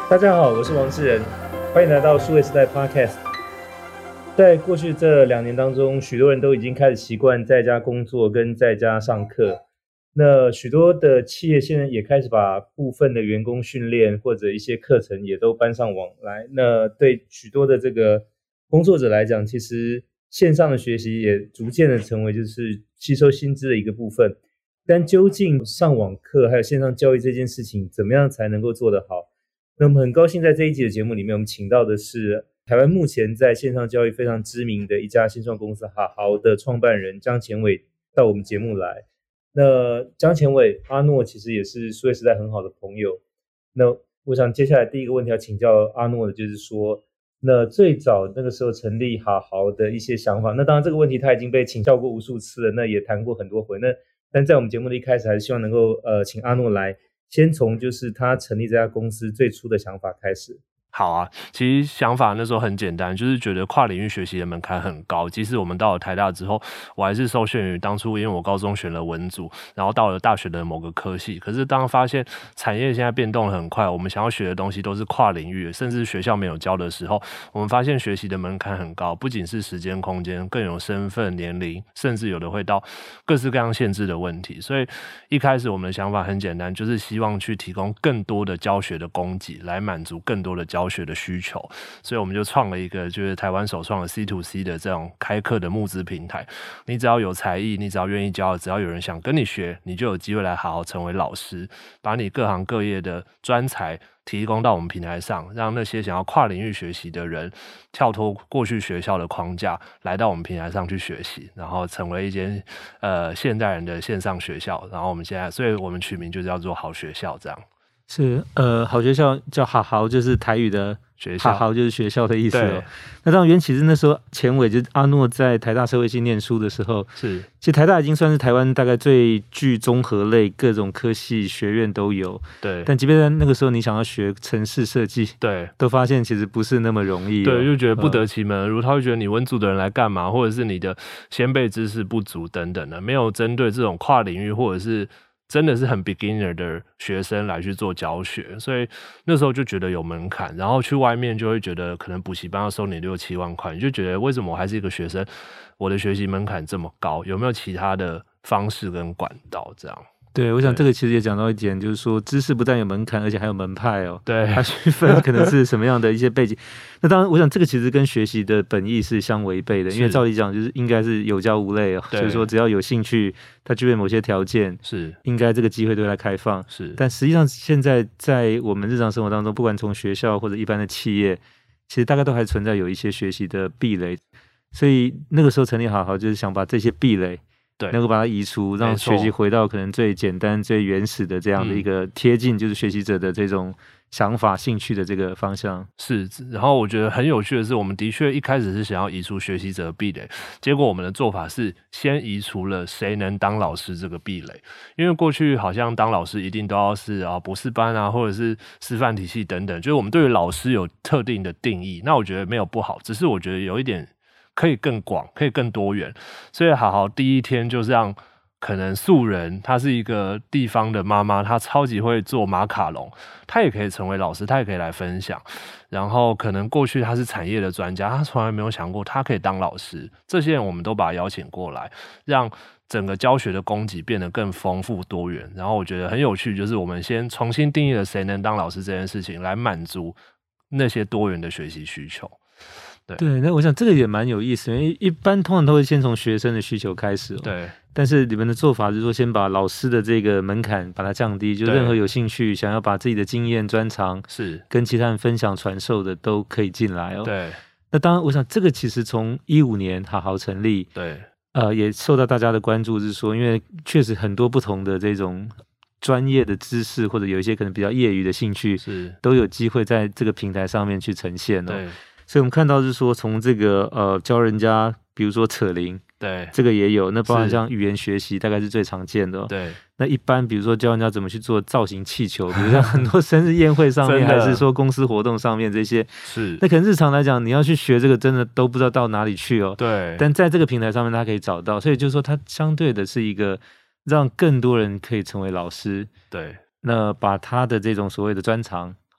大家好，我是王志仁，欢迎来到数位时代 Podcast。在过去这2年当中，许多人都已经开始习惯在家工作跟在家上课。那许多的企业现在也开始把部分的员工训练或者一些课程也都搬上网来。那对许多的这个工作者来讲，其实线上的学习也逐渐的成为就是吸收薪资的一个部分。但究竟上网课还有线上教育这件事情，怎么样才能够做得好？那我们很高兴在这一集的节目里面，我们请到的是台湾目前在线上教育非常知名的一家新创公司好好的创办人张前伟到我们节目来。那张前伟阿诺其实也是数位时代很好的朋友。那我想接下来第一个问题要请教阿诺的就是说，那最早那个时候成立好好的一些想法，那当然这个问题他已经被请教过无数次了，那也谈过很多回。但在我们节目的一开始，还是希望能够请阿诺来先从就是他成立这家公司最初的想法开始。 好啊，其实想法那时候很简单，就是觉得跨领域学习的门槛很高。即使我们到了台大之后，我还是受限于当初因为我高中选了文组，然后到了大学的某个科系。可是当发现产业现在变动很快，我们想要学的东西都是跨领域，甚至学校没有教的时候，我们发现学习的门槛很高，不仅是时间空间，更有身份、年龄，甚至有的会到各式各样限制的问题。所以一开始我们的想法很简单，就是希望去提供更多的教学的供给，来满足更多的教学的需求。所以我们就创了一个就是台湾首创的 C2C 的这种开课的募资平台。你只要有才艺，你只要愿意教，只要有人想跟你学，你就有机会来好好成为老师，把你各行各业的专才提供到我们平台上，让那些想要跨领域学习的人跳脱过去学校的框架，来到我们平台上去学习，然后成为一间现代人的线上学校。然后我们现在，所以我们取名就叫做好学校，这样。 是好学校叫好好，就是台语的学校， 好好就是学校的意思哦。那当然，缘起是那时候前伟就是阿诺在台大社会系念书的时候， 是其实台大已经算是台湾大概最具综合类各种科系学院都有。 对， 但即便在那个时候，你想要学程式设计， 对， 都发现其实不是那么容易。 对，就觉得不得其门而入。他会觉得你文组的人来干嘛，或者是你的先辈知识不足等等的，没有针对这种跨领域或者是真的是很 beginner 的学生来去做教学，所以那时候就觉得有门槛，然后去外面就会觉得可能补习班要收你6-7万块，你就觉得为什么我还是一个学生，我的学习门槛这么高，有没有其他的方式跟管道这样？ 对，我想这个其实也讲到一点，就是说知识不但有门槛，而且还有门派哦。 对， 它区分可能是什么样的一些背景。那当然，我想这个其实跟学习的本意是相违背的，因为照理讲就是应该是有教无类哦，所以说只要有兴趣，他具备某些条件， 是应该这个机会对他开放。 是， 但实际上现在在我们日常生活当中，不管从学校或者一般的企业，其实大概都还存在有一些学习的壁垒。所以那个时候成立好好就是想把这些壁垒。 对， 能够把它移除，让学习回到可能最简单、最原始的这样的一个贴近，就是学习者的这种想法、兴趣的这个方向。 是，然后我觉得很有趣的是，我们的确一开始是想要移除学习者的壁垒，结果我们的做法是先移除了谁能当老师这个壁垒，因为过去好像当老师一定都要是博士班啊，或者是师范体系等等，就是我们对于老师有特定的定义。那我觉得没有不好，只是我觉得有一点可以更广，可以更多元。所以好好第一天就是让可能素人，她是一个地方的妈妈，她超级会做马卡龙，她也可以成为老师，她也可以来分享。然后可能过去她是产业的专家，她从来没有想过她可以当老师，这些人我们都把她邀请过来，让整个教学的供给变得更丰富多元。然后我觉得很有趣，就是我们先重新定义了谁能当老师这件事情，来满足那些多元的学习需求。 对，那我想这个也蛮有意思，因为一般通常都会先从学生的需求开始。 对， 但是你们的做法是说，先把老师的这个门槛把它降低，就任何有兴趣想要把自己的经验专长是跟其他人分享传授的都可以进来哦。 对， 那当然，我想这个其实从2015年好好成立， 对， 也受到大家的关注，是说，因为确实很多不同的这种专业的知识，或者有一些可能比较业余的兴趣， 是都有机会在这个平台上面去呈现哦。 对。 所以我们看到是说，从这个教人家，比如说扯铃， 对， 这个也有。那包含像语言学习，大概是最常见的。 对， 那一般比如说教人家怎么去做造型气球，比如像很多生日宴会上面，还是说公司活动上面这些， 是。 那可能日常来讲，你要去学这个，真的都不知道到哪里去哦。 对。 但在这个平台上面，他可以找到，所以就是说，它相对的是一个让更多人可以成为老师。 对。 那把他的这种所谓的专长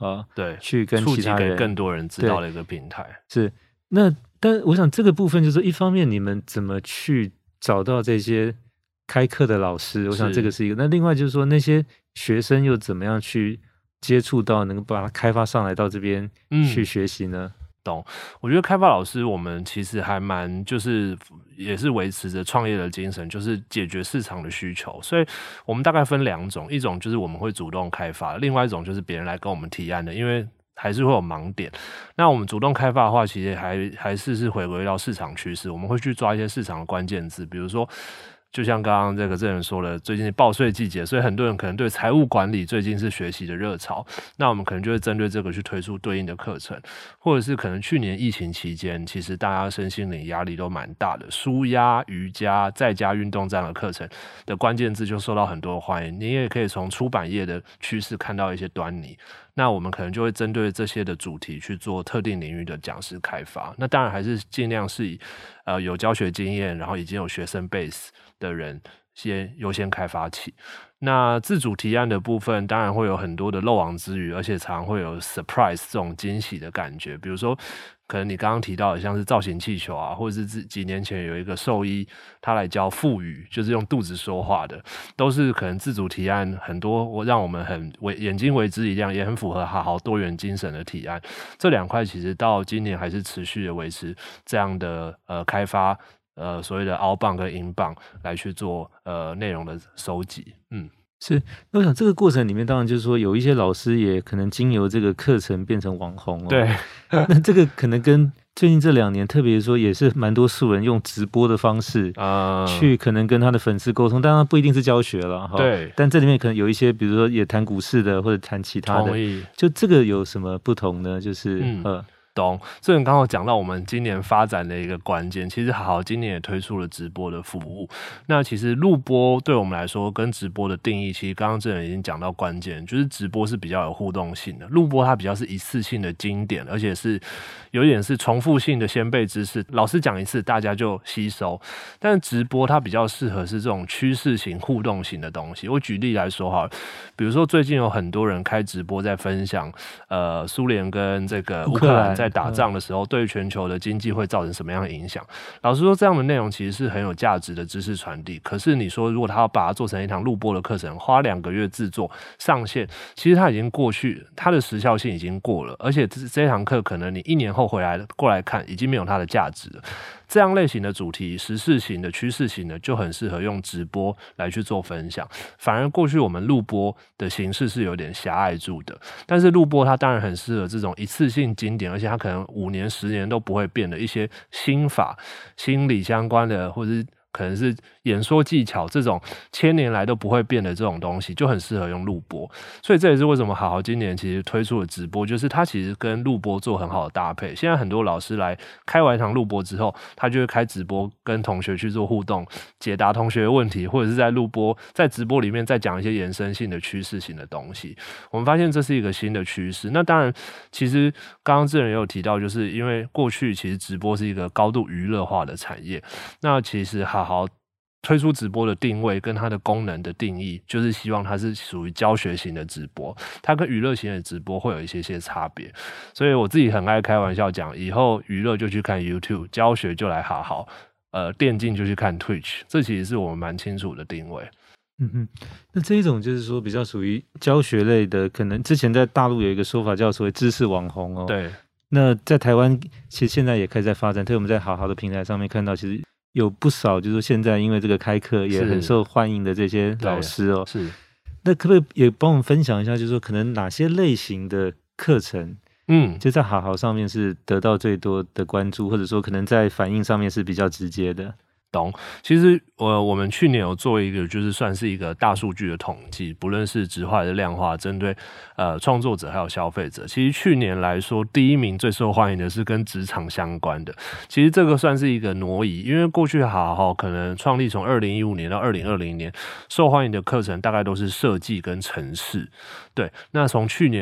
对， 去跟其他人触及给更多人知道的一个平台。 是，那但我想这个部分就是说，一方面你们怎么去找到这些开课的老师，我想这个是一个。那另外就是说，那些学生又怎么样去接触到，能够把它开发上来到这边去学习呢？ 懂，我觉得开发老师我们其实还蛮就是也是维持着创业的精神，就是解决市场的需求，所以我们大概分2种，一种就是我们会主动开发，另外一种就是别人来跟我们提案的，因为还是会有盲点。那我们主动开发的话，其实还是回归到市场趋势，我们会去抓一些市场的关键字，比如说就像刚刚这人说的，最近报税季节，所以很多人可能对财务管理最近是学习的热潮，那我们可能就会针对这个去推出对应的课程，或者是可能去年疫情期间，其实大家身心灵压力都蛮大的，舒压、瑜伽、在家运动这样的课程的关键字就受到很多的欢迎，你也可以从出版业的趋势看到一些端倪。那我们可能就会针对这些的主题去做特定领域的讲师开发，那当然还是尽量是以有教学经验，然后已经有学生 base 的人先优先开发起。那自主提案的部分当然会有很多的漏网之鱼，而且常会有 surprise 这种惊喜的感觉，比如说可能你刚刚提到的像是造型气球啊，或者是几年前有一个兽医他来教腹语，就是用肚子说话的，都是可能自主提案很多让我们很眼睛为之一亮，也很符合好好多元精神的提案。这2块其实到今年还是持续的维持这样的开发所谓的outbound跟inbound来去做内容的收集。 是，那我想这个过程里面，当然就是说有一些老师也可能经由这个课程变成网红对， 那这个可能跟最近这2年，特别说也是蛮多素人用直播的方式去可能跟他的粉丝沟通，当然不一定是教学了哈。 对， 但这里面可能有一些，比如说也谈股市的，或者谈其他的，就这个有什么不同呢？就是懂，这人刚好讲到我们今年发展的一个关键，其实好今年也推出了直播的服务。那其实录播对我们来说跟直播的定义，其实刚刚这人已经讲到关键，就是直播是比较有互动性的，录播它比较是一次性的经典，而且是有点是重复性的先辈知识，老师讲一次大家就吸收。但是直播它比较适合是这种趋势型互动型的东西。我举例来说好了，比如说最近有很多人开直播在分享苏联跟这个乌克兰在打仗的时候对全球的经济会造成什么样的影响。老实说这样的内容其实是很有价值的知识传递，可是你说如果他要把它做成一堂录播的课程，花2个月制作上线，其实它已经过去，它的时效性已经过了，而且这堂课可能你1年后过来看已经没有它的价值了。这样类型的主题，时事型的、趋势型的，就很适合用直播来去做分享。反而过去我们录播的形式是有点狭隘住的，但是录播它当然很适合这种一次性经典，而且它可能5年、10年都不会变的一些心法、心理相关的，或者是可能是演说技巧这种1000年来都不会变的这种东西，就很适合用录播。所以这也是为什么好今年其实推出了直播，就是它其实跟录播做很好的搭配。现在很多老师来开完一堂录播之后，他就会开直播跟同学去做互动，解答同学的问题，或者是在直播里面再讲一些延伸性的趋势性的东西。我们发现这是一个新的趋势。那当然其实刚刚这人也有提到，就是因为过去其实直播是一个高度娱乐化的产业，那其实好推出直播的定位跟它的功能的定义，就是希望它是属于教学型的直播，它跟娱乐型的直播会有一些差别。所以我自己很爱开玩笑讲，以后娱乐就去看 YouTube， 教学就来好电竞就去看 Twitch， 这其实是我们蛮清楚的定位。 那这一种就是说比较属于教学类的，可能之前在大陆有一个说法叫所谓知识网红哦。 对。 那在台湾其实现在也开始在发展，特别我们在好的平台上面看到，其实有不少就是说现在因为这个开课也很受欢迎的这些老师哦。 是。 那可不可以也帮我们分享一下，就是说可能哪些类型的课程就在好上面是得到最多的关注，或者说可能在反应上面是比较直接的？ 懂，其实我们去年有做一个就是算是一个大数据的统计，不论是质化还是量化，针对创作者还有消费者，其实去年来说第1名最受欢迎的是跟职场相关的。其实这个算是一个挪移，因为过去可能创立从2015年到2020年受欢迎的课程大概都是设计跟程式。对，那从去年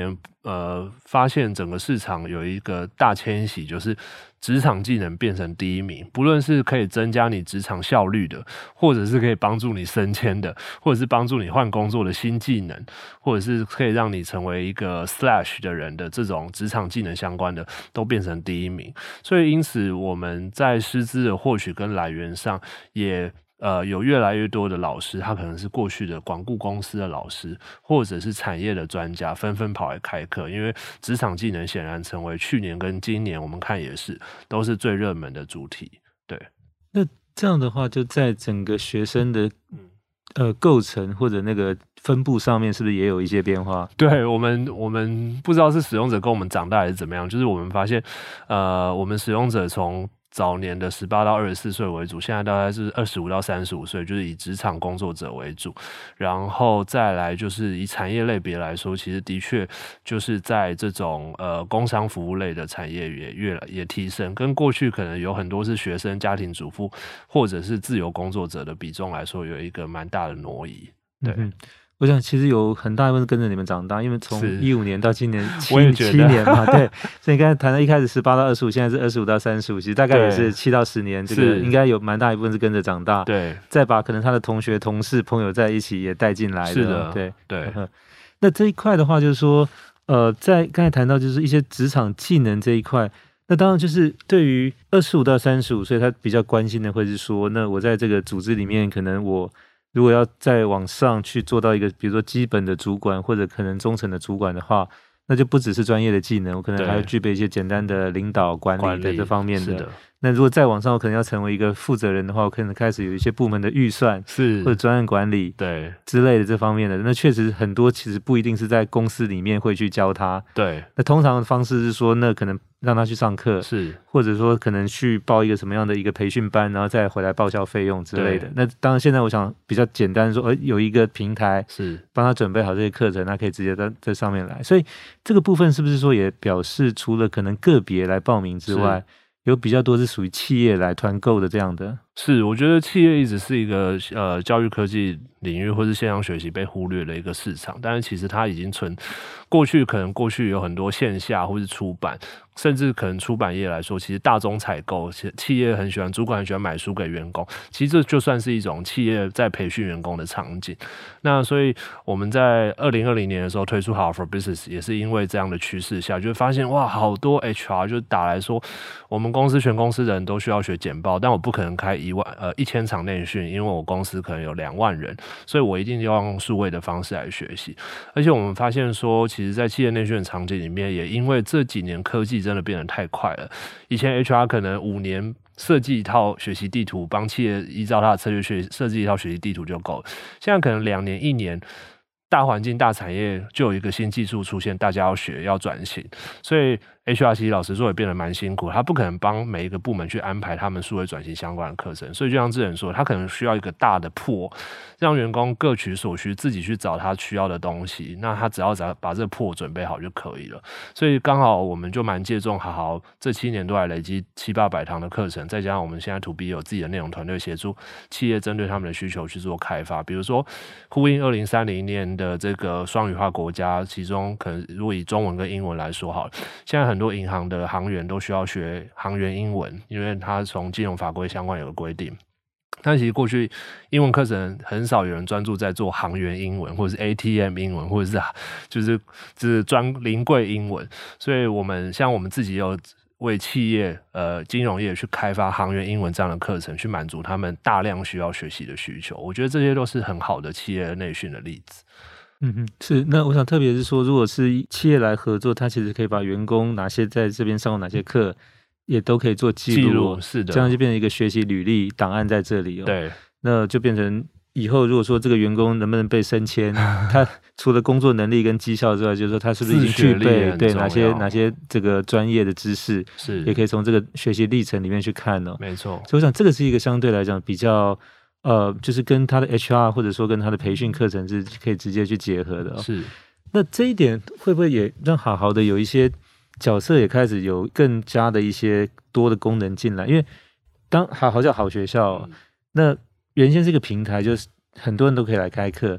发现整个市场有一个大迁徙，就是职场技能变成第一名，不论是可以增加你职场效率的，或者是可以帮助你升迁的，或者是帮助你换工作的新技能，或者是可以让你成为一个 slash 的人的这种职场技能相关的，都变成第一名。所以因此我们在师资的获取跟来源上也有越来越多的老师，他可能是过去的管顾公司的老师，或者是产业的专家，纷纷跑来开课。因为职场技能显然成为去年跟今年我们看也是都是最热门的主题。对， 那这样的话，就在整个学生的构成或者那个分布上面，是不是也有一些变化？ 对，我们不知道是使用者跟我们长大还是怎么样，就是我们发现，我们使用者从早年的18到24岁为主，现在大概是25到35岁，就是以职场工作者为主。然后再来就是以产业类别来说，其实的确就是在这种工商服务类的产业也提升，跟过去可能有很多是学生、家庭主妇或者是自由工作者的比重来说，有一个蛮大的挪移。对。 我想其实有很大一部分是跟着你们长大，因为从15年到今年7年嘛，对。所以你刚才谈到一开始18到25，现在是25到35，其实大概也是7到10年，这个应该有蛮大一部分是跟着长大。 对， 再把可能他的同学、同事、朋友在一起也带进来的。 是的， 对对。 那这一块的话，就是说，在刚才谈到就是一些职场技能这一块。那当然就是对于25到35岁，他比较关心的会是说，那我在这个组织里面，可能我如果要再往上去做到一个，比如说基本的主管或者可能中层的主管的话，那就不只是专业的技能，我可能还要具备一些简单的领导管理的这方面的。那如果再往上，我可能要成为一个负责人的话，我可能开始有一些部门的预算，或者专案管理对之类的这方面的。那确实很多其实不一定是在公司里面会去教他。 对， 那通常的方式是说，那可能让他去上课，或者说可能去报一个什么样的一个培训班，然后再回来报销费用之类的。那当然现在我想比较简单说，有一个平台帮他准备好这些课程，他可以直接在上面来。所以这个部分是不是说也表示，除了可能个别来报名之外，有比较多是属于企业来团购的这样的？ 是，我觉得企业一直是一个教育科技领域或是线上学习被忽略的一个市场，但是其实它已经过去有很多线下或是出版，甚至可能出版业来说，其实大宗采购，企业很喜欢，主管很喜欢买书给员工，其实这就算是一种企业在培训员工的场景。那所以我们在2020年的时候推出 Hire for Business， 也是因为这样的趋势下，就会发现哇，好多 HR 就打来说，我们公司全公司的人都需要学简报，但我不可能开1000场内训，因为我公司可能有2万人，所以我一定要用数位的方式来学习。而且我们发现说，其实在企业内训的场景里面，也因为这几年科技真的变得太快了，以前 HR 可能5年设计一套学习地图，帮企业依照它的策略设计一套学习地图就够了，现在可能2年1年大环境大产业就有一个新技术出现，大家要学要转型，所以HR 其实老实说也变得蛮辛苦，他不可能帮每一个部门去安排他们数位转型相关的课程，所以就像智仁说，他可能需要一个大的pool，让员工各取所需，自己去找他需要的东西，那他只要把这个pool准备好就可以了。所以刚好我们就蛮借重好好这7年多来累积700-800堂的课程，再加上我们现在 To B 有自己的内容团队协助企业针对他们的需求去做开发，比如说呼应2030年的这个双语化国家，其中可能如果以中文跟英文来说好了，现在很多银行的行员都需要学行员英文，因为它从金融法规相关有个规定。但其实过去英文课程很少有人专注在做行员英文，或者是 ATM 英文，或者是就是临柜英文。所以我们自己有为企业金融业去开发行员英文这样的课程，去满足他们大量需要学习的需求。我觉得这些都是很好的企业内训的例子。 是。那我想特别是说，如果是企业来合作，他其实可以把员工哪些在这边上过哪些课，也都可以做记录， 是的， 这样就变成一个学习履历档案在这里。 对， 那就变成以后如果说这个员工能不能被升迁，他除了工作能力跟绩效之外，就是说他是不是已经具备对哪些这个专业的知识， 是也可以从这个学习历程里面去看哦。 没错， 所以我想这个是一个相对来讲比较就是跟他的 HR 或者说跟他的培训课程是可以直接去结合的。 是。 那这一点会不会也让好好的有一些角色也开始有更加的一些多的功能进来？因为当好叫好学校，那原先这个平台就是很多人都可以来开课，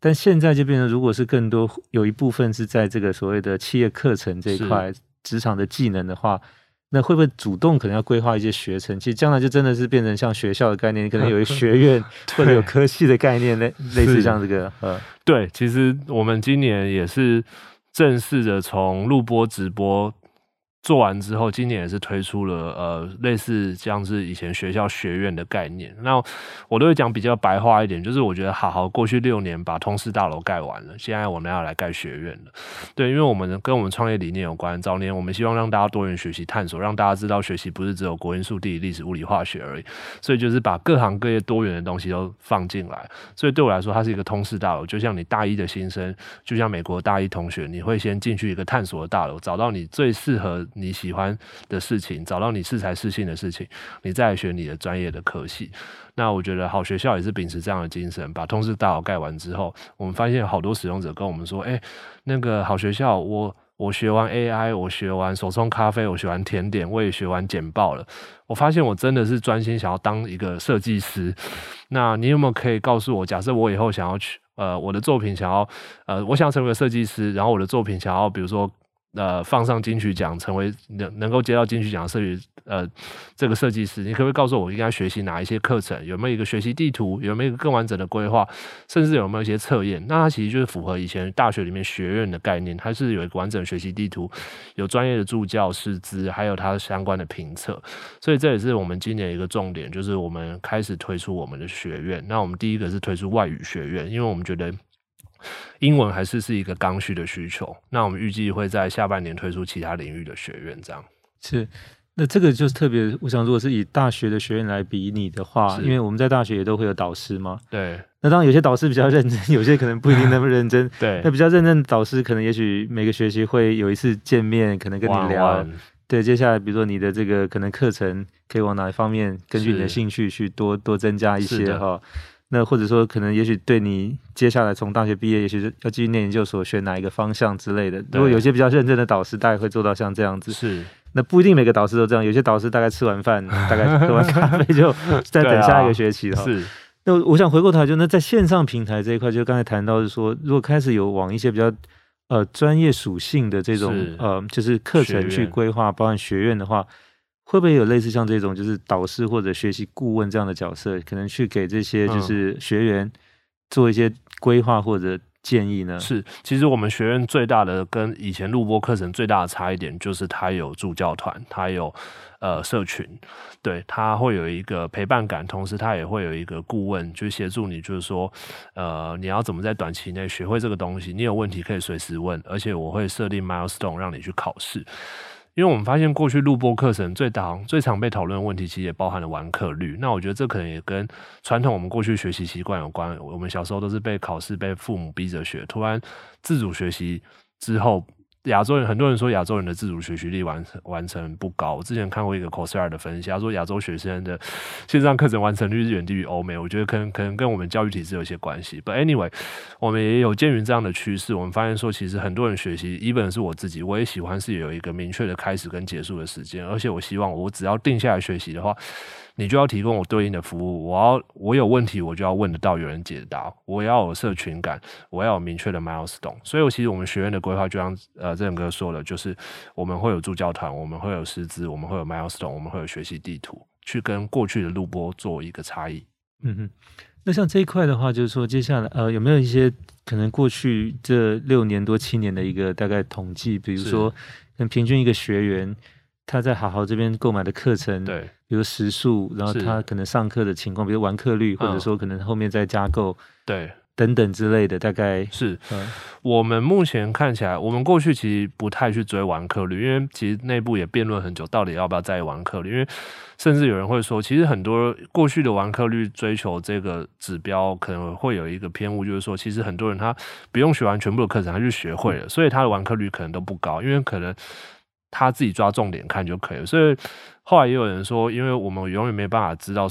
但现在就变成，如果是更多有一部分是在这个所谓的企业课程这一块，职场的技能的话，那会不会主动可能要规划一些学程？其实将来就真的是变成像学校的概念，可能有一个学院或者有科系的概念，类似像这个。 对，其实我们今年也是正式的从录播直播做完之后，今年也是推出了类似像是以前学校学院的概念。那我都会讲比较白话一点，就是我觉得好好过去6年把通识大楼盖完了，现在我们要来盖学院了。对，因为我们跟我们创业理念有关，早年我们希望让大家多元学习探索，让大家知道学习不是只有国英数地理历史物理化学而已，所以就是把各行各业多元的东西都放进来。所以对我来说它是一个通识大楼，就像你大一的新生，就像美国大一同学，你会先进去一个探索的大楼，找到你最适合你喜欢的事情，找到你适才适性的事情，你再来学你的专业的科系。那我觉得好学校也是秉持这样的精神，把通识大楼盖完之后，我们发现好多使用者跟我们说，那个好学校我学完 AI， 我学完手冲咖啡，我学完甜点，我也学完简报了。我发现我真的是专心想要当一个设计师。那你有没有可以告诉我，假设我以后想要去我的作品想要我想要成为设计师，然后我的作品想要比如说放上金曲奖，成为能够接到金曲奖这个设计师，你可不可以告诉我应该学习哪一些课程？有没有一个学习地图？有没有一个更完整的规划？甚至有没有一些测验？那它其实就是符合以前大学里面学院的概念，它是有一个完整的学习地图，有专业的助教师资，还有它相关的评测。所以这也是我们今年一个重点，就是我们开始推出我们的学院。那我们第一个是推出外语学院，因为我们觉得英文还是一个刚需的需求。那我们预计会在下半年推出其他领域的学院，这样是。那这个就是特别，我想如果是以大学的学院来比拟的话，因为我们在大学也都会有导师嘛。 对。 那当然有些导师比较认真，有些可能不一定那么认真。 对。 那比较认真的导师，可能也许每个学期会有一次见面，可能跟你聊。对，接下来比如说你的这个可能课程可以往哪一方面，根据你的兴趣去多增加一些哈。那或者说可能也许对你接下来从大学毕业，也许是要继续念研究所，选哪一个方向之类的。如果有些比较认真的导师，大概会做到像这样子。 是。 那不一定每个导师都这样，有些导师大概吃完饭，大概喝完咖啡就在等下一个学期了。 是。 那我想回过头来，就那在线上平台这一块，就刚才谈到是说，如果开始有往一些比较专业属性的这种就是课程去规划，包含学院的话，会不会有类似像这种就是导师或者学习顾问这样的角色，可能去给这些就是学员做一些规划或者建议呢？ 是，其实我们学院最大的跟以前录播课程最大的差一点，就是它有助教团，它有社群，对，它会有一个陪伴感，同时它也会有一个顾问，就协助你，就是说你要怎么在短期内学会这个东西，你有问题可以随时问，而且我会设定 milestone 让你去考试。因为我们发现过去录播课程最常被讨论的问题，其实也包含了完课率。那我觉得这可能也跟传统我们过去学习习惯有关。我们小时候都是被考试、被父母逼着学，突然自主学习之后，亚洲人很多人说亚洲人的自主学习力完成不高。我之前看过一个 Coursera 的分析，他说亚洲学生的线上课程完成率是远低于欧美。我觉得可能跟我们教育体制有些关系。But anyway， 我们也有鉴于这样的趋势，我们发现说其实很多人学习 ，even 是我自己，我也喜欢是有一个明确的开始跟结束的时间，而且我希望我只要定下来学习的话，你就要提供我对应的服务，我有问题我就要问得到有人解答，我要有社群感，我要有明确的 milestone。所以其实我们学院的规划就像正哥说了，就是我们会有助教团，我们会有师资，我们会有 milestone， 我们会有学习地图，去跟过去的录播做一个差异。 嗯哼，那像这一块的话，就是说接下来有没有一些可能过去这6年多7年的一个大概统计，比如说平均一个学员他在好好这边购买的课程， 对， 比如时数，然后他可能上课的情况，比如完课率，或者说可能后面再加购， 对， 等等之类的，大概是。我们目前看起来，我们过去其实不太去追完课率，因为其实内部也辩论很久，到底要不要再完课率，因为甚至有人会说，其实很多过去的完课率追求这个指标可能会有一个偏误，就是说其实很多人他不用学完全部的课程，他就学会了，所以他的完课率可能都不高，因为可能他自己抓重点看就可以了。所以后来也有人说，因为我们永远没办法知道说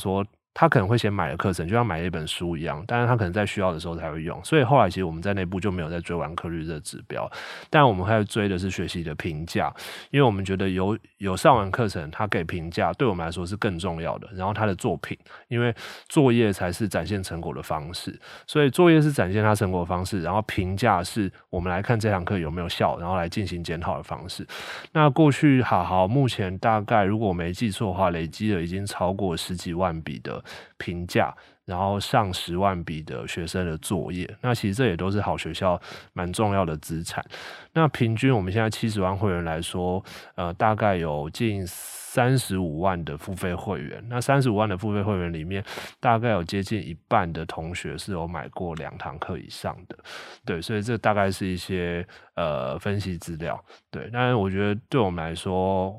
他可能会先买了课程，就像买了一本书一样，但是他可能在需要的时候才会用，所以后来其实我们在内部就没有在追完课率这个指标，但我们开始追的是学习的评价，因为我们觉得有上完课程，他给评价对我们来说是更重要的，然后他的作品，因为作业才是展现成果的方式，所以作业是展现他成果的方式，然后评价是我们来看这堂课有没有效，然后来进行检讨的方式。那过去好好目前大概如果我没记错的话，累积了已经超过10几万笔的评价，然后上10万笔的学生的作业，那其实这也都是好学校蛮重要的资产。那平均我们现在70万会员来说，大概有近35万的付费会员，那35万的付费会员里面，大概有接近一半的同学是有买过2堂课以上的，对，所以这大概是一些分析资料，对，但是我觉得对我们来说，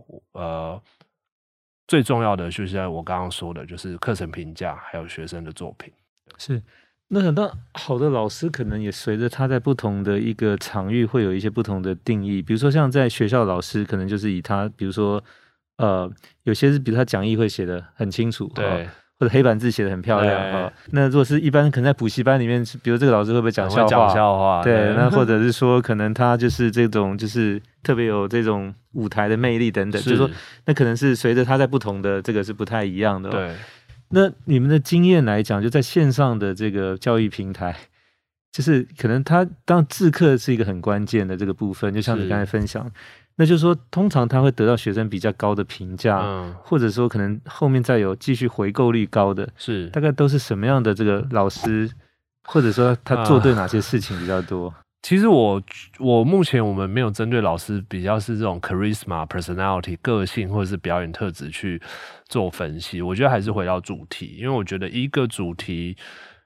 最重要的就是我刚刚说的，就是课程评价还有学生的作品。 是，那很多好的老师可能也随着他在不同的一个场域会有一些不同的定义，比如说像在学校老师可能就是以他，比如说有些是比如他讲义会写得很清楚， 对。 或者黑板字写得很漂亮那如果是一般可能在补习班里面，比如这个老师会不会讲笑话？对，那或者是说可能他就是这种就是特别有这种舞台的魅力等等，就是说那可能是随着他在不同的这个是不太一样的。 对， 那你们的经验来讲，就在线上的这个教育平台，就是可能他当制课是一个很关键的这个部分，就像你刚才分享。那就是说通常他会得到学生比较高的评价，或者说可能后面再有继续回购率高的， 是大概都是什么样的这个老师，或者说他做对哪些事情比较多？ 其实我目前我们没有针对老师比较是这种 charisma personality 个性或者是表演特质去做分析，我觉得还是回到主题，因为我觉得一个主题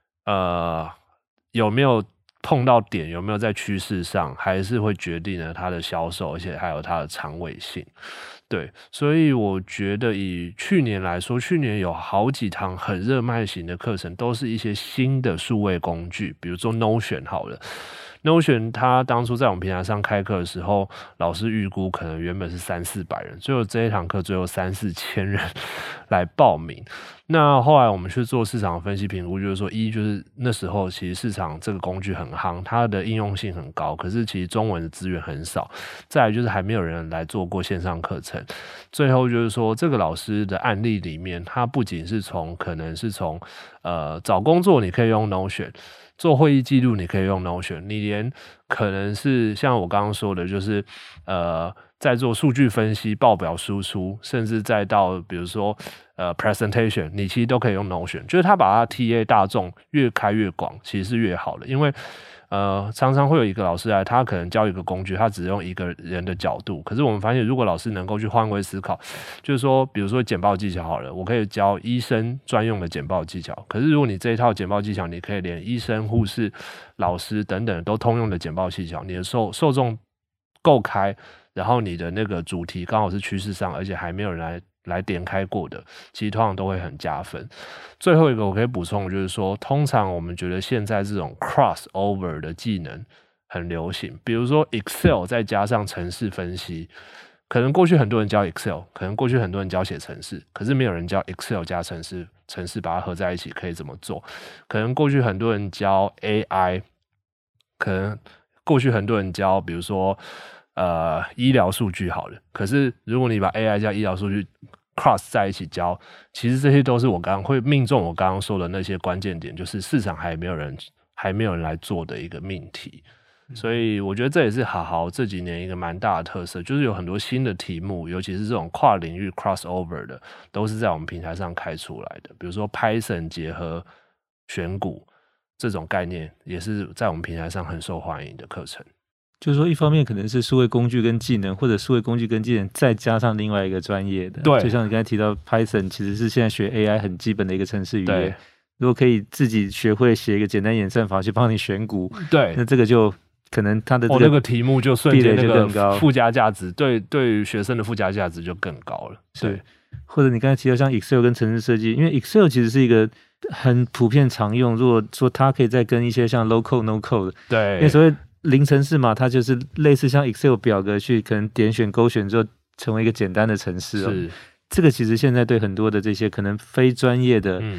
有没有碰到点，有没有在趋势上，还是会决定了它的销售，而且还有它的长尾性。对，所以我觉得以去年来说，去年有好几堂很热卖型的课程，都是一些新的数位工具，比如说 Notion 好了。Notion 他当初在我们平台上开课的时候，老师预估可能原本是300-400人，最后这一堂课最后3-4千人来报名。那后来我们去做市场分析评估，就是说就是那时候其实市场这个工具很夯，它的应用性很高，可是其实中文的资源很少，再来就是还没有人来做过线上课程。最后就是说这个老师的案例里面，他不仅是可能是从找工作你可以用 Notion， 做会议记录你可以用 Notion， 你连可能是像我刚刚说的，就是在做数据分析、报表输出，甚至再到比如说presentation， 你其实都可以用 Notion， 就是他把它 TA 大众越开越广，其实是越好的，因为常常会有一个老师来，他可能教一个工具，他只用一个人的角度，可是我们发现，如果老师能够去换位思考，就是说，比如说简报技巧好了，我可以教医生专用的简报技巧，可是如果你这一套简报技巧，你可以连医生、护士、老师等等都通用的简报技巧，你的受众够开，然后你的那个主题刚好是趋势上，而且还没有人来点开过的，其实通常都会很加分。最后一个我可以补充的就是说，通常我们觉得现在这种 crossover 的技能很流行，比如说 Excel 再加上程式分析，可能过去很多人教 Excel， 可能过去很多人教写程式，可是没有人教 Excel 加程式把它合在一起可以怎么做。可能过去很多人教 AI， 可能过去很多人教比如说医疗数据好了，可是如果你把 AI 加医疗数据 cross 在一起教，其实这些都是我刚刚会命中我刚刚说的那些关键点，就是市场还没有人来做的一个命题。所以我觉得这也是好好这几年一个蛮大的特色，就是有很多新的题目，尤其是这种跨领域 crossover 的，都是在我们平台上开出来的。比如说 Python 结合选股这种概念，也是在我们平台上很受欢迎的课程。 就是说，一方面可能是数位工具跟技能，或者数位工具跟技能再加上另外一个专业的。 对， 就像你刚才提到 Python， 其实是现在学 AI 很基本的一个程式语言。如果可以自己学会写一个简单演算法去帮你选股， 对， 那这个就可能它的那个题目就瞬间那个附加价值，对于学生的附加价值就更高了。 对，或者你刚才提到像 Excel 跟程式设计，因为 Excel 其实是一个很普遍常用，如果说它可以再跟一些像 low code no code， 对， 因为所谓零程式嘛，它就是类似像 Excel 表格去可能点选勾选之后成为一个简单的程式。是，这个其实现在对很多的这些可能非专业的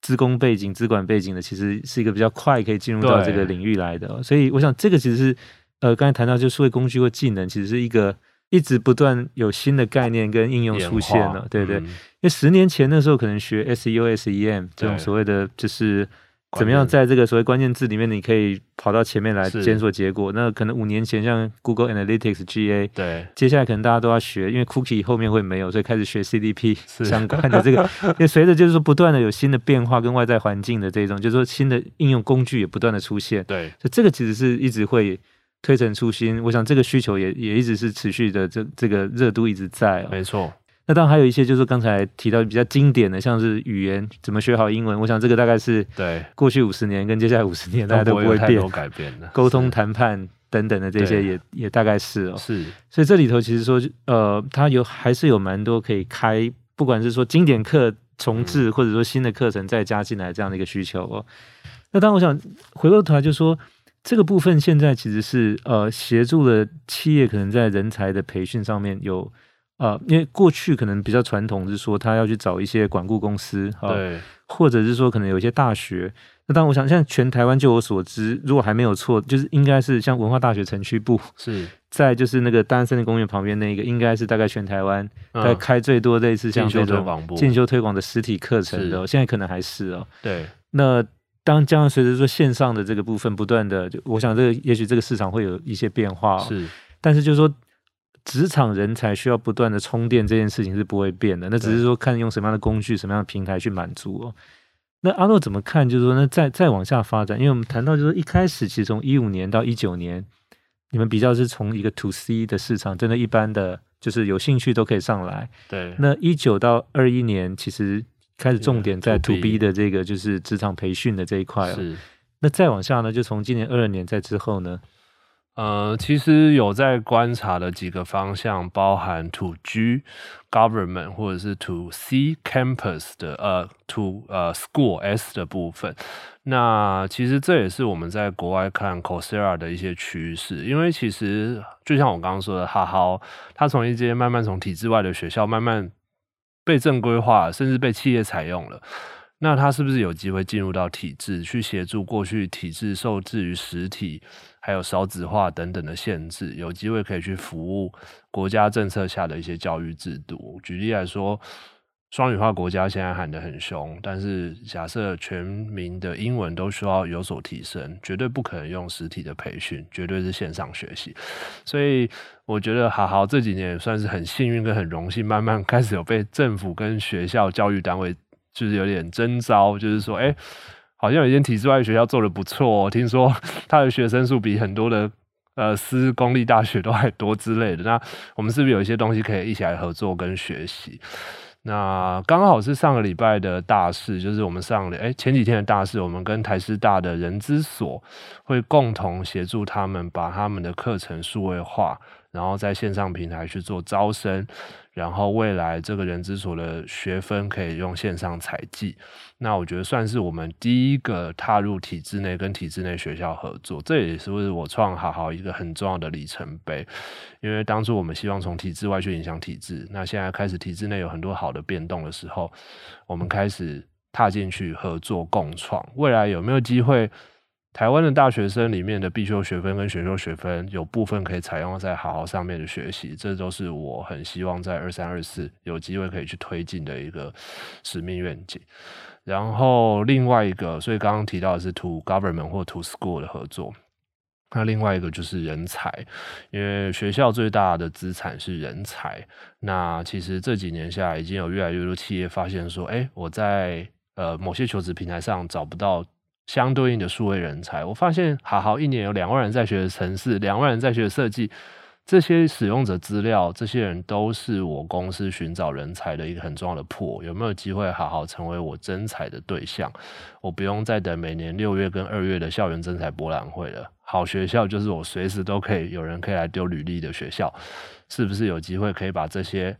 资工背景、资管背景的，其实是一个比较快可以进入到这个领域来的。所以我想这个其实是刚才谈到就数位工具或技能，其实是一个一直不断有新的概念跟应用出现了，对对。因为10年前那时候可能学 SEO、SEM 这种所谓的就是怎么样在这个所谓关键字里面你可以跑到前面来检索结果，那可能5年前像 Google Analytics、GA， 对， 接下来可能大家都要学，因为 Cookie 后面会没有，所以开始学 CDP 相关的这个，因为随着就是说不断的有新的变化跟外在环境的这种，就是说新的应用工具也不断的出现， 对， 所以这个其实是一直会推陈出新，我想这个需求也一直是持续的，这个热度一直在， 没错。 那当然还有一些就是刚才提到比较经典的，像是语言怎么学好英文，我想这个大概是对过去50年跟接下来50年大家都不会变， 改变的沟通谈判等等的这些也大概是是， 所以这里头其实说它还是有蛮多可以开，不管是说经典课重置，或者说新的课程再加进来这样的一个需求那当然我想回过头来就说这个部分现在其实是协助了企业可能在人才的培训上面有因为过去可能比较传统是说他要去找一些管顾公司对， 或者是说可能有一些大学，那当然我想像全台湾就我所知，如果还没有错，就是应该是像文化大学城区部是在就是那个大安森林公园旁边那个，应该是大概全台湾大概开最多类似像这种进修推广的实体课程的现在可能还是对。 那当将来随着说线上的这个部分不断的，我想这个也许这个市场会有一些变化是， 但是就是说职场人才需要不断的充电这件事情是不会变的，那只是说看用什么样的工具、什么样的平台去满足那阿诺怎么看？就是说，那再往下发展，因为我们谈到就是说一开始其实从15年到19年，你们比较是从一个 to C 的市场，真的一般的就是有兴趣都可以上来。 对。 那19到21年，其实开始重点在 to B 的这个就是职场培训的这一块是。 那再往下呢，就从今年22年在之后呢？ 其实有在观察的几个方向，包含 to G government 或者是 to C campus 的to school S 的部分。那其实这也是我们在国外看 Coursera 的一些趋势，因为其实就像我刚刚说的，哈好，它从一间慢慢从体制外的学校慢慢被正规化，甚至被企业采用了。那它是不是有机会进入到体制，去协助过去体制受制于实体还有少子化等等的限制，有机会可以去服务国家政策下的一些教育制度。举例来说，双语化国家现在喊得很凶，但是假设全民的英文都需要有所提升，绝对不可能用实体的培训，绝对是线上学习。所以我觉得好这几年也算是很幸运跟很荣幸，慢慢开始有被政府跟学校教育单位就是有点征召，就是说好像有一间体制外的学校做得不错听说他的学生数比很多的私公立大学都还多之类的，那我们是不是有一些东西可以一起来合作跟学习？那刚好是上个礼拜的大事，就是我们前几天的大事，我们跟台师大的人资所会共同协助他们把他们的课程数位化，然后在线上平台去做招生，然后未来这个人资所的学分可以用线上采集。那我觉得算是我们第一个踏入体制内跟体制内学校合作，这也是我创好一个很重要的里程碑。因为当初我们希望从体制外去影响体制，那现在开始体制内有很多好的变动的时候，我们开始踏进去合作共创。未来有没有机会台湾的大学生里面的必修学分跟选修学分有部分可以采用在好上面的学习，这都是我很希望在23、24有机会可以去推进的一个使命愿景。然后另外一个，所以刚刚提到的是 to government 或 to school 的合作，那另外一个就是人才，因为学校最大的资产是人才。那其实这几年下来，已经有越来越多企业发现说，我在某些求职平台上找不到相对应的数位人才。我发现好一年有2万人在学的程式，2万人在学的设计，这些使用者资料，这些人都是我公司寻找人才的一个很重要的pool。有没有机会好成为我征才的对象？我不用再等每年6月跟2月的校园征才博览会了。好学校就是我随时都可以有人可以来丢履历的学校，是不是有机会可以把这些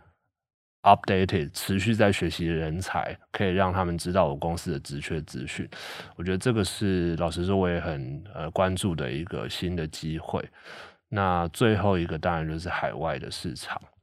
updated 持续在学习的人才，可以让他们知道我公司的职缺资讯？我觉得这个是老实说我也很关注的一个新的机会。那最后一个当然就是海外的市场。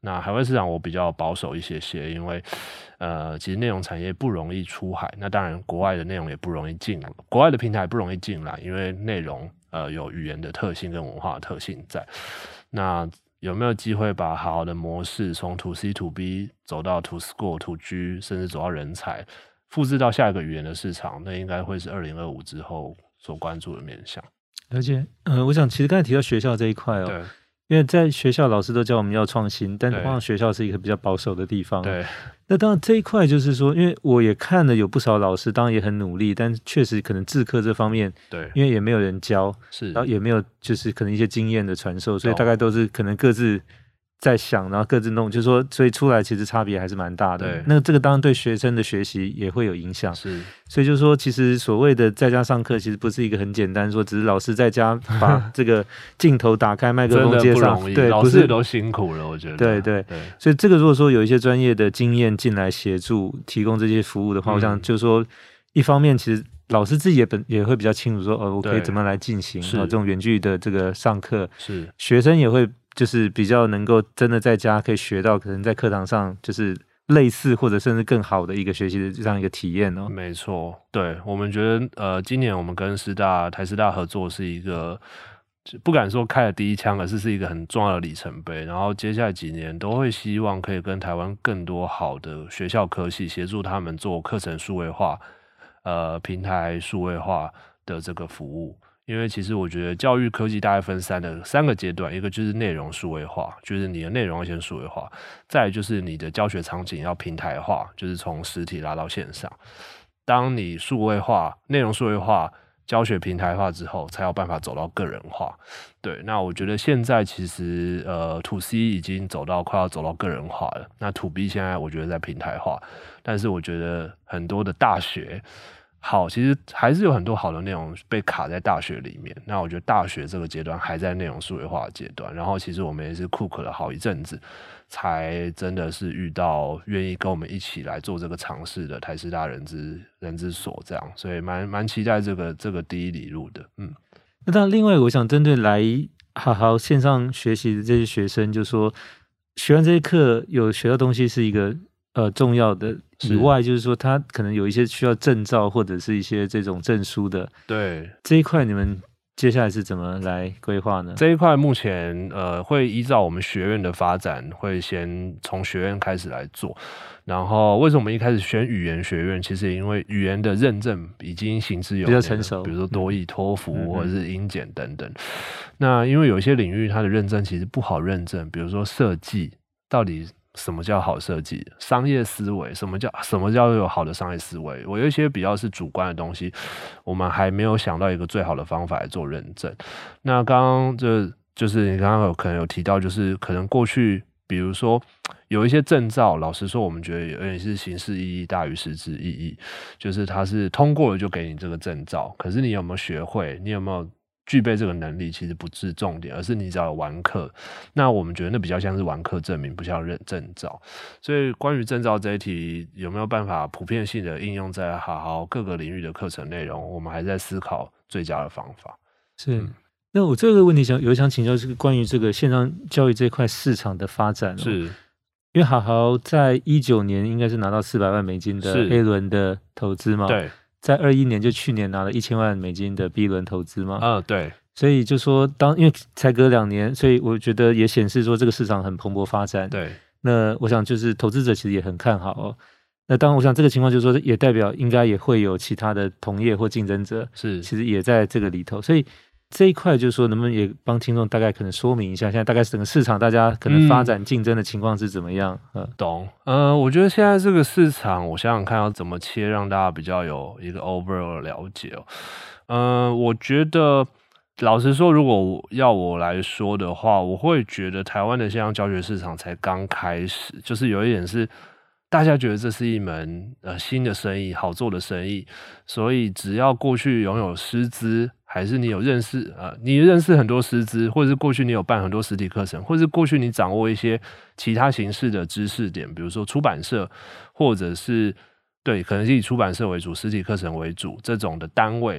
那海外市场我比较保守一些，因为其实内容产业不容易出海，那当然国外的内容也不容易进，国外的平台也不容易进来，因为内容有语言的特性跟文化的特性在。那有没有机会把好的模式从 To C To B 走到 To School To G， 甚至走到人才，复制到下一个语言的市场？那应该会是2025之后所关注的面向。 了解。我想其实刚才提到学校这一块哦， 对， 因为在学校老师都教我们要创新，但通常学校是一个比较保守的地方。 对， 那当然这一块就是说，因为我也看了有不少老师，当然也很努力，但确实可能制课这方面， 对， 因为也没有人教， 是， 然后也没有就是可能一些经验的传授，所以大概都是可能各自在想，然后各自弄，就是说，所以出来其实差别还是蛮大的。那这个当然对学生的学习也会有影响。 是， 所以就是说，其实所谓的在家上课，其实不是一个很简单说，只是老师在家把这个镜头打开，麦克风接上，对， 老师也都辛苦了，我觉得。 对对对，所以这个如果说有一些专业的经验进来协助提供这些服务的话，我想就是说，一方面其实老师自己也会比较清楚说，我可以怎么来进行这种远距的这个上课， 是学生也会就是比较能够真的在家可以学到，可能在课堂上就是类似或者甚至更好的一个学习的这样一个体验哦。 没错，对，我们觉得今年我们跟台师大合作是一个不敢说开了第一枪，而是一个很重要的里程碑。然后接下来几年都会希望可以跟台湾更多好的学校科系协助他们做课程数位化、平台数位化的这个服务。因为其实我觉得教育科技大概分三个阶段，一个就是内容数位化，就是你的内容要先数位化，再来就是你的教学场景要平台化，就是从实体拉到线上。当你数位化、内容数位化、教学平台化之后，才有办法走到个人化。对，那我觉得现在其实To C 已经快要走到个人化了，那 To B 现在我觉得在平台化，但是我觉得很多的大学其实还是有很多好的内容被卡在大学里面。那我觉得大学这个阶段还在内容数位化的阶段，然后其实我们也是cook了好一阵子，才真的是遇到愿意跟我们一起来做这个尝试的台师大人之所这样，所以蛮期待这个第一里路的。 那当然，另外我想针对来好好线上学习的这些学生，就说学完这些课有学到东西是一个重要的。以外，就是说他可能有一些需要证照或者是一些这种证书的， 对这一块你们接下来是怎么来规划呢？ 这一块目前会依照我们学院的发展，会先从学院开始来做。然后为什么我们一开始选语言学院？其实因为语言的认证已经行之有年了， 比较成熟， 比如说多益、托福或者是英检等等。那因为有些领域它的认证其实不好认证，比如说设计到底什么叫好设计？商业思维，什么叫有好的商业思维？我有一些比较是主观的东西，我们还没有想到一个最好的方法来做认证。那刚刚就是你刚刚可能有提到，就是可能过去比如说有一些证照，老实说我们觉得有点是形式意义大于实质意义，就是它是通过了就给你这个证照，可是你有没有学会，你有没有具备这个能力其实不是重点，而是你只要有完课。那我们觉得那比较像是完课证明，不像证照。所以关于证照这一题有没有办法普遍性的应用在好各个领域的课程内容，我们还在思考最佳的方法。 是那我这个问题想请教是关于这个线上教育这块市场的发展。 是因为好在19年应该是拿到$400万的 A 轮的投资嘛， 对， 在21年就去年拿了$1000万的 B 轮投资嘛， 对， 所以就说因为才隔2年，所以我觉得也显示说这个市场很蓬勃发展。 对， 那我想就是投资者其实也很看好哦。那当然我想这个情况就是说也代表应该也会有其他的同业或竞争者其实也在这个里头，所以这一块就是说能不能也帮听众大概可能说明一下现在大概整个市场大家可能发展竞争的情况是怎么样？ 懂。我觉得现在这个市场我想想看要怎么切让大家比较有一个 overall 的了解哦。我觉得老实说如果要我来说的话，我会觉得台湾的线上教学市场才刚开始，就是有一点是大家觉得这是一门新的生意，好做的生意，所以只要过去拥有师资，还是你有认识很多师资，或者是过去你有办很多实体课程，或者是过去你掌握一些其他形式的知识点，比如说出版社，或者是对，可能是以出版社为主，实体课程为主这种的单位，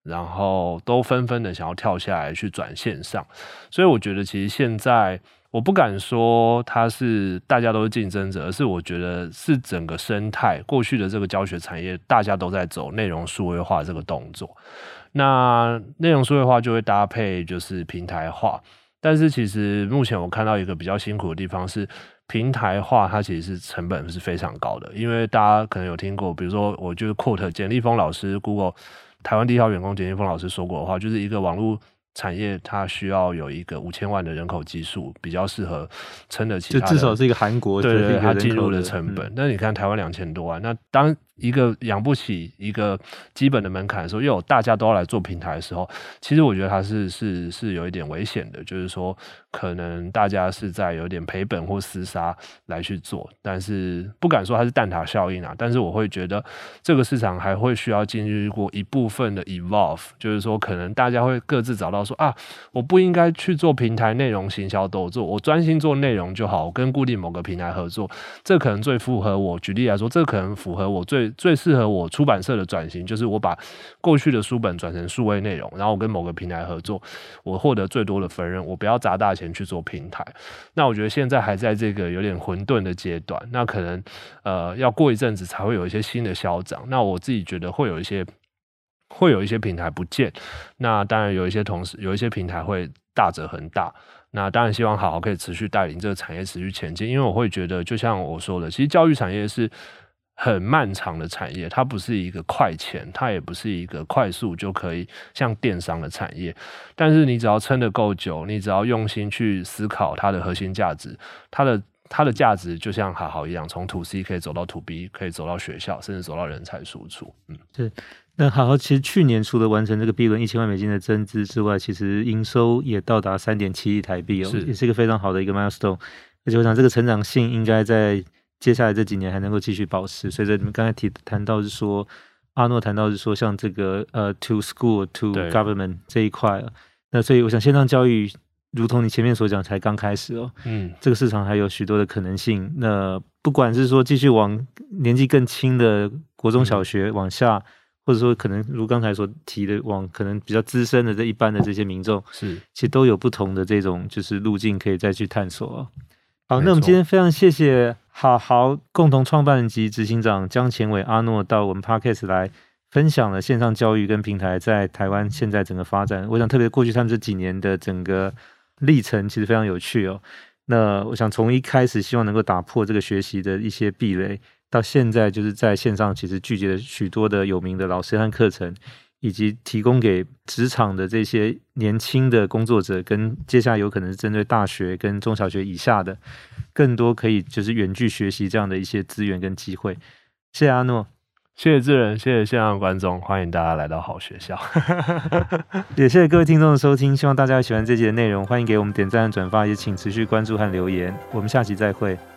然后都纷纷的想要跳下来去转线上，所以我觉得其实现在我不敢说它是大家都是竞争者，而是我觉得是整个生态过去的这个教学产业，大家都在走内容数位化这个动作。那内容数位化就会搭配就是平台化，但是其实目前我看到一个比较辛苦的地方是，平台化它其实是成本是非常高的，因为大家可能有听过，比如说我就是 quote 简立峰老师 Google 台湾第一号员工简立峰老师说过的话，就是一个网络产业它需要有一个5000万的人口基数，比较适合撑得起它的， 就至少是一个韩国对对，它进进入的成本。但你看台湾2000多万，那当一个养不起一个基本的门槛的时候，又有大家都要来做平台的时候，其实我觉得它是有一点危险的，就是说可能大家是在有点赔本或厮杀来去做，但是不敢说它是蛋挞效应啊，但是我会觉得这个市场还会需要经历过一部分的 evolve， 就是说可能大家会各自找到说啊，我不应该去做平台内容行销都做，我专心做内容就好，我跟固定某个平台合作，这可能最符合我，举例来说，这可能符合我最适合我出版社的转型，就是我把过去的书本转成数位内容，然后我跟某个平台合作，我获得最多的分润，我不要砸大钱去做平台。那我觉得现在还在这个有点混沌的阶段，那可能要过一阵子才会有一些新的消长。那我自己觉得会有一些平台不见，那当然有一些平台会大者恒大。那当然希望好好可以持续带领这个产业持续前进，因为我会觉得就像我说的，其实教育产业是很漫长的产业，它不是一个快钱，它也不是一个快速就可以像电商的产业，但是你只要撑得够久，你只要用心去思考它的核心价值，它的价值就像好好一样，从 To C 可以走到 To B， 可以走到学校，甚至走到人才输出。 对。那好好，其实去年除了完成这个 B 轮1000万美金的增资之外，其实营收也到达3.7亿台币也是一个非常好的一个 milestone。而且我想这个成长性应该在接下来这几年还能够继续保持。随着你们刚才谈到是说，阿诺谈到是说，像这个to school to government 这一块，那所以我想线上教育，如同你前面所讲，才刚开始这个市场还有许多的可能性。那不管是说继续往年纪更轻的国中小学往下。或者说可能如刚才所提的往可能比较资深的这一般的这些民众， 是其实都有不同的这种就是路径可以再去探索好，那我们今天非常谢谢好好共同创办人及执行长江乾瑋阿诺到我们 Podcast 来分享了线上教育跟平台在台湾现在整个发展。我想特别过去他们这几年的整个历程其实非常有趣那我想从一开始希望能够打破这个学习的一些壁垒，到现在就是在线上其实聚集了许多的有名的老师和课程，以及提供给职场的这些年轻的工作者，跟接下来有可能是针对大学跟中小学以下的更多可以就是远距学习这样的一些资源跟机会。谢谢阿诺， 谢谢智仁，谢谢线上观众，欢迎大家来到好学校也谢谢各位听众的收听，希望大家喜欢这集的内容，欢迎给我们点赞和转发，也请持续关注和留言，我们下期再会。